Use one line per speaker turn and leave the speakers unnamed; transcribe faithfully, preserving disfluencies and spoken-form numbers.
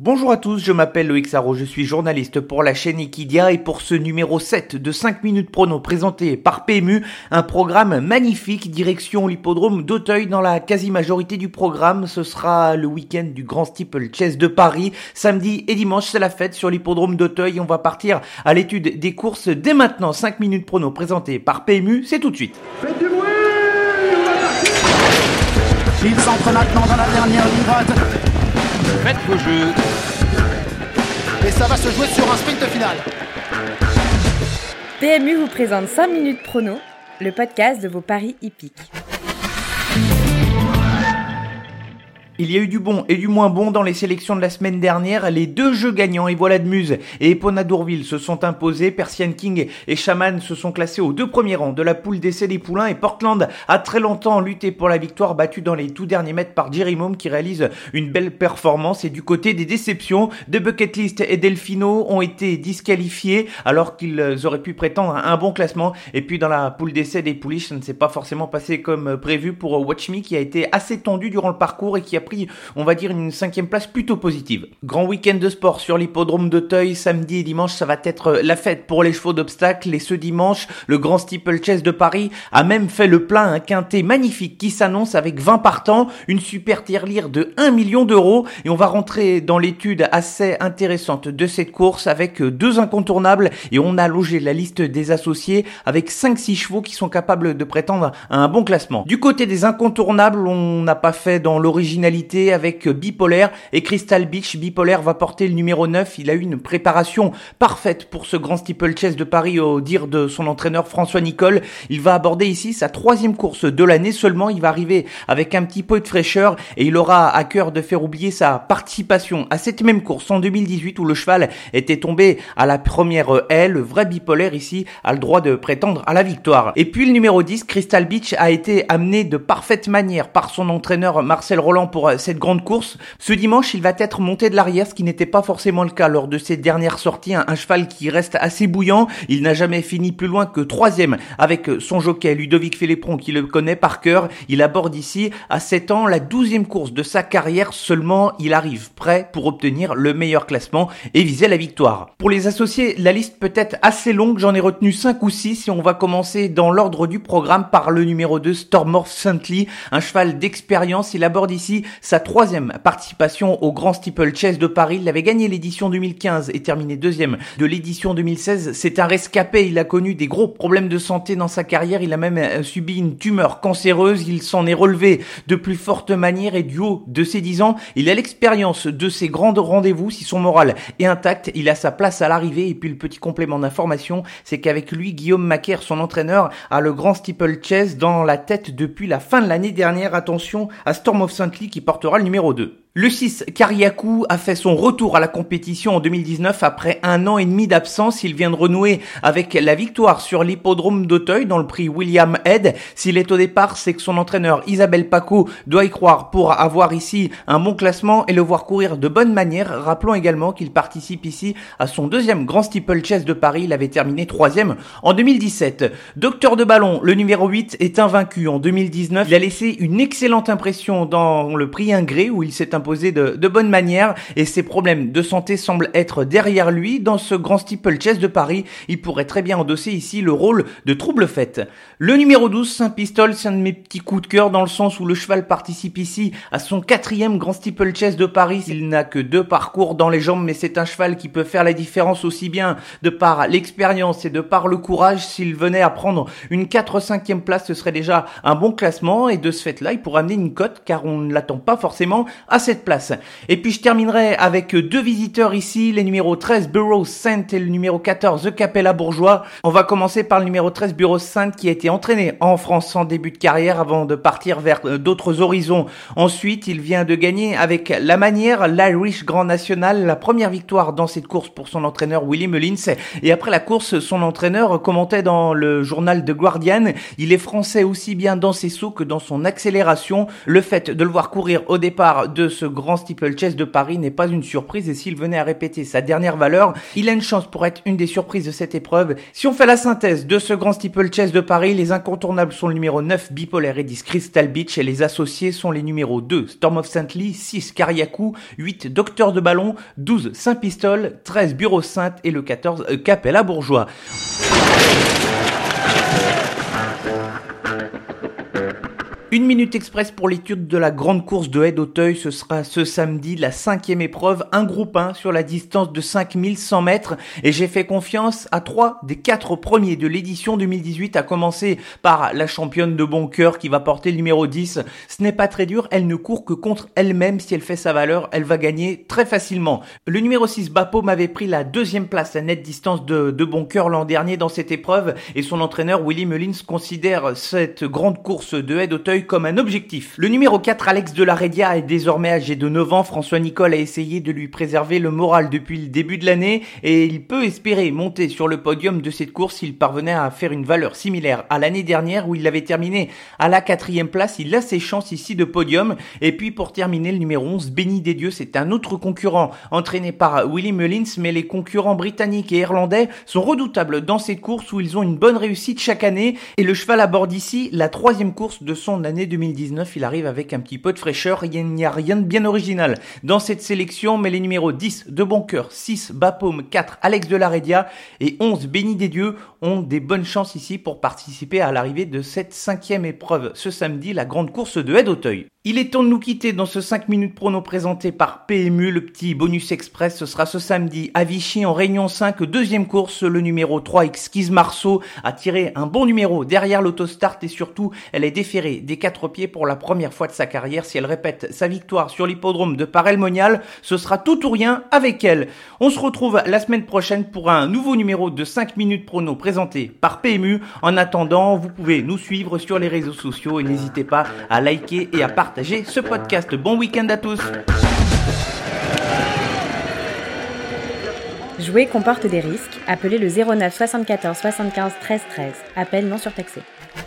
Bonjour à tous, je m'appelle Loïc Sarro, je suis journaliste pour la chaîne Equidia et pour ce numéro sept de cinq minutes prono présenté par P M U, un programme magnifique direction l'hippodrome d'Auteuil. Dans la quasi-majorité du programme, ce sera le week-end du Grand Steeplechase de Paris. Samedi et dimanche, c'est la fête sur l'hippodrome d'Auteuil. On va partir à l'étude des courses dès maintenant. cinq minutes prono présenté par P M U, c'est tout de suite.
Faites du bruit, on va partir. Il s'entre maintenant dans la dernière ligne droite.
Faites vos jeux.
Et ça va se jouer sur un sprint final.
P M U vous présente cinq minutes prono, le podcast de vos paris hippiques.
Il y a eu du bon et du moins bon dans les sélections de la semaine dernière. Les deux jeux gagnants, Voilà de Muse et Epona d'Ourville, se sont imposés. Persian King et Shaman se sont classés aux deux premiers rangs de la poule d'essai des poulains. Et Portland a très longtemps lutté pour la victoire, battu dans les tout derniers mètres par Jerry Moum qui réalise une belle performance. Et du côté des déceptions, The Bucket List et Delfino ont été disqualifiés alors qu'ils auraient pu prétendre à un bon classement. Et puis dans la poule d'essai des pouliches, ça ne s'est pas forcément passé comme prévu pour Watch Me qui a été assez tendu durant le parcours et qui a pris, on va dire, une cinquième place plutôt positive. Grand week-end de sport sur l'hippodrome d'Auteuil. Samedi et dimanche, ça va être la fête pour les chevaux d'obstacles. Et ce dimanche, le Grand Steeplechase de Paris a même fait le plein, un quintet magnifique qui s'annonce avec vingt partants, une super tirelire de un million d'euros. Et on va rentrer dans l'étude assez intéressante de cette course avec deux incontournables. Et on a logé la liste des associés avec cinq six chevaux qui sont capables de prétendre à un bon classement. Du côté des incontournables, on n'a pas fait dans l'originalité avec Bipolaire et Crystal Beach. Bipolaire va porter le numéro neuf. Il a eu une préparation parfaite pour ce Grand Steeplechase de Paris au dire de son entraîneur François Nicole. Il va aborder ici sa troisième course de l'année seulement. Il va arriver avec un petit peu de fraîcheur et il aura à cœur de faire oublier sa participation à cette même course en deux mille dix-huit où le cheval était tombé à la première haie. Le vrai Bipolaire ici a le droit de prétendre à la victoire. Et puis le numéro dix, Crystal Beach, a été amené de parfaite manière par son entraîneur Marcel Roland pour cette grande course. Ce dimanche, il va être monté de l'arrière, ce qui n'était pas forcément le cas lors de ses dernières sorties. Un, un cheval qui reste assez bouillant. Il n'a jamais fini plus loin que troisième avec son jockey Ludovic Félépron qui le connaît par cœur. Il aborde ici à sept ans la douzième course de sa carrière seulement. Il arrive prêt pour obtenir le meilleur classement et viser la victoire. Pour les associés, la liste peut être assez longue. J'en ai retenu cinq ou six et on va commencer dans l'ordre du programme par le numéro deux, Storm of Saintly, un cheval d'expérience. Il aborde ici sa troisième participation au Grand Steeplechase de Paris. Il avait gagné l'édition deux mille quinze et terminé deuxième de l'édition deux mille seize. C'est un rescapé. Il a connu des gros problèmes de santé dans sa carrière. Il a même subi une tumeur cancéreuse. Il s'en est relevé de plus forte manière et du haut de ses dix ans, il a l'expérience de ses grands rendez-vous. Si son moral est intact, il a sa place à l'arrivée. Et puis le petit complément d'information, c'est qu'avec lui, Guillaume Macaire, son entraîneur, a le Grand Steeplechase dans la tête depuis la fin de l'année dernière. Attention à Storm of Saintly qui portera le numéro deux. Le six, Kariakou, a fait son retour à la compétition en deux mille dix-neuf après un an et demi d'absence. Il vient de renouer avec la victoire sur l'hippodrome d'Auteuil dans le prix William Head. S'il est au départ, c'est que son entraîneur Isabelle Paco doit y croire pour avoir ici un bon classement et le voir courir de bonne manière. Rappelons également qu'il participe ici à son deuxième Grand Steeplechase de Paris. Il avait terminé troisième en deux mille dix-sept. Docteur de Ballon, le numéro huit, est invaincu en deux mille dix-neuf. Il a laissé une excellente impression dans le prix Ingré où il s'est imposé De, de bonne manière et ses problèmes de santé semblent être derrière lui. Dans ce Grand Steeplechase de Paris, il pourrait très bien endosser ici le rôle de trouble-fête. Le numéro douze, Saint-Pistol, c'est un de mes petits coups de cœur dans le sens où le cheval participe ici à son quatrième Grand Steeplechase de Paris. Il n'a que deux parcours dans les jambes, mais c'est un cheval qui peut faire la différence aussi bien de par l'expérience et de par le courage. S'il venait à prendre une quatre cinquième place, ce serait déjà un bon classement et de ce fait-là, il pourrait amener une cote car on ne l'attend pas forcément à cette place. Et puis je terminerai avec deux visiteurs ici, les numéros treize Bureau Saint et le numéro quatorze The Capella Bourgeois. On va commencer par le numéro treize Bureau Saint qui a été entraîné en France en début de carrière avant de partir vers d'autres horizons. Ensuite, il vient de gagner avec la manière l'Irish Grand National, la première victoire dans cette course pour son entraîneur Willie Mullins. Et après la course, son entraîneur commentait dans le journal The Guardian. Il est français aussi bien dans ses sauts que dans son accélération. Le fait de le voir courir au départ de ce grand steeplechase de Paris n'est pas une surprise et s'il venait à répéter sa dernière valeur, il a une chance pour être une des surprises de cette épreuve. Si on fait la synthèse de ce grand steeplechase de Paris, les incontournables sont le numéro neuf Bipolaire Edis Crystal Beach et les associés sont les numéros deux Storm of Saint-Ly, six Cariacou, huit Docteur de Ballon, douze Saint-Pistol, treize Bureau Sainte et le quatorze euh, Capella Bourgeois. Une minute express pour l'étude de la grande course de Haie d'Auteuil, ce sera ce samedi la cinquième épreuve, un groupe un sur la distance de cinq mille cent mètres et j'ai fait confiance à trois des quatre premiers de l'édition deux mille dix-huit, à commencer par la championne de bon cœur qui va porter le numéro dix. Ce n'est pas très dur, elle ne court que contre elle-même, si elle fait sa valeur, elle va gagner très facilement. Le numéro six Bapo m'avait pris la deuxième place à nette distance de, de bon cœur l'an dernier dans cette épreuve et son entraîneur Willy Mullins considère cette grande course de Haie d'Auteuil comme un objectif. Le numéro quatre, Alex de la Redia, est désormais âgé de neuf ans. François Nicole a essayé de lui préserver le moral depuis le début de l'année et il peut espérer monter sur le podium de cette course s'il parvenait à faire une valeur similaire à l'année dernière où il avait terminé à la quatrième place. Il a ses chances ici de podium. Et puis pour terminer, le numéro onze, Béni des Dieux, c'est un autre concurrent entraîné par Willy Mullins, mais les concurrents britanniques et irlandais sont redoutables dans cette course où ils ont une bonne réussite chaque année et le cheval aborde ici la troisième course de son année deux mille dix-neuf, il arrive avec un petit peu de fraîcheur, il n'y a rien de bien original dans cette sélection, mais les numéros dix de bon cœur, six Bapaume, quatre Alex de la Redia et onze Béni des Dieux ont des bonnes chances ici pour participer à l'arrivée de cette cinquième épreuve ce samedi, la grande course de Haie d'Auteuil. Il est temps de nous quitter dans ce cinq minutes prono présenté par P M U, le petit bonus express, ce sera ce samedi à Vichy en Réunion cinq, deuxième course, le numéro trois Exquise Marceau a tiré un bon numéro derrière l'autostart et surtout elle est déférée des quatre pieds pour la première fois de sa carrière. Si elle répète sa victoire sur l'hippodrome de Paray-le-Monial, ce sera tout ou rien avec elle. On se retrouve la semaine prochaine pour un nouveau numéro de cinq minutes prono présenté par P M U. En attendant, vous pouvez nous suivre sur les réseaux sociaux et n'hésitez pas à liker et à partager ce podcast. Bon week-end à tous.
Jouer comporte des risques. Appelez le zéro neuf soixante-quatorze soixante-quinze treize treize. Appel non surtaxé.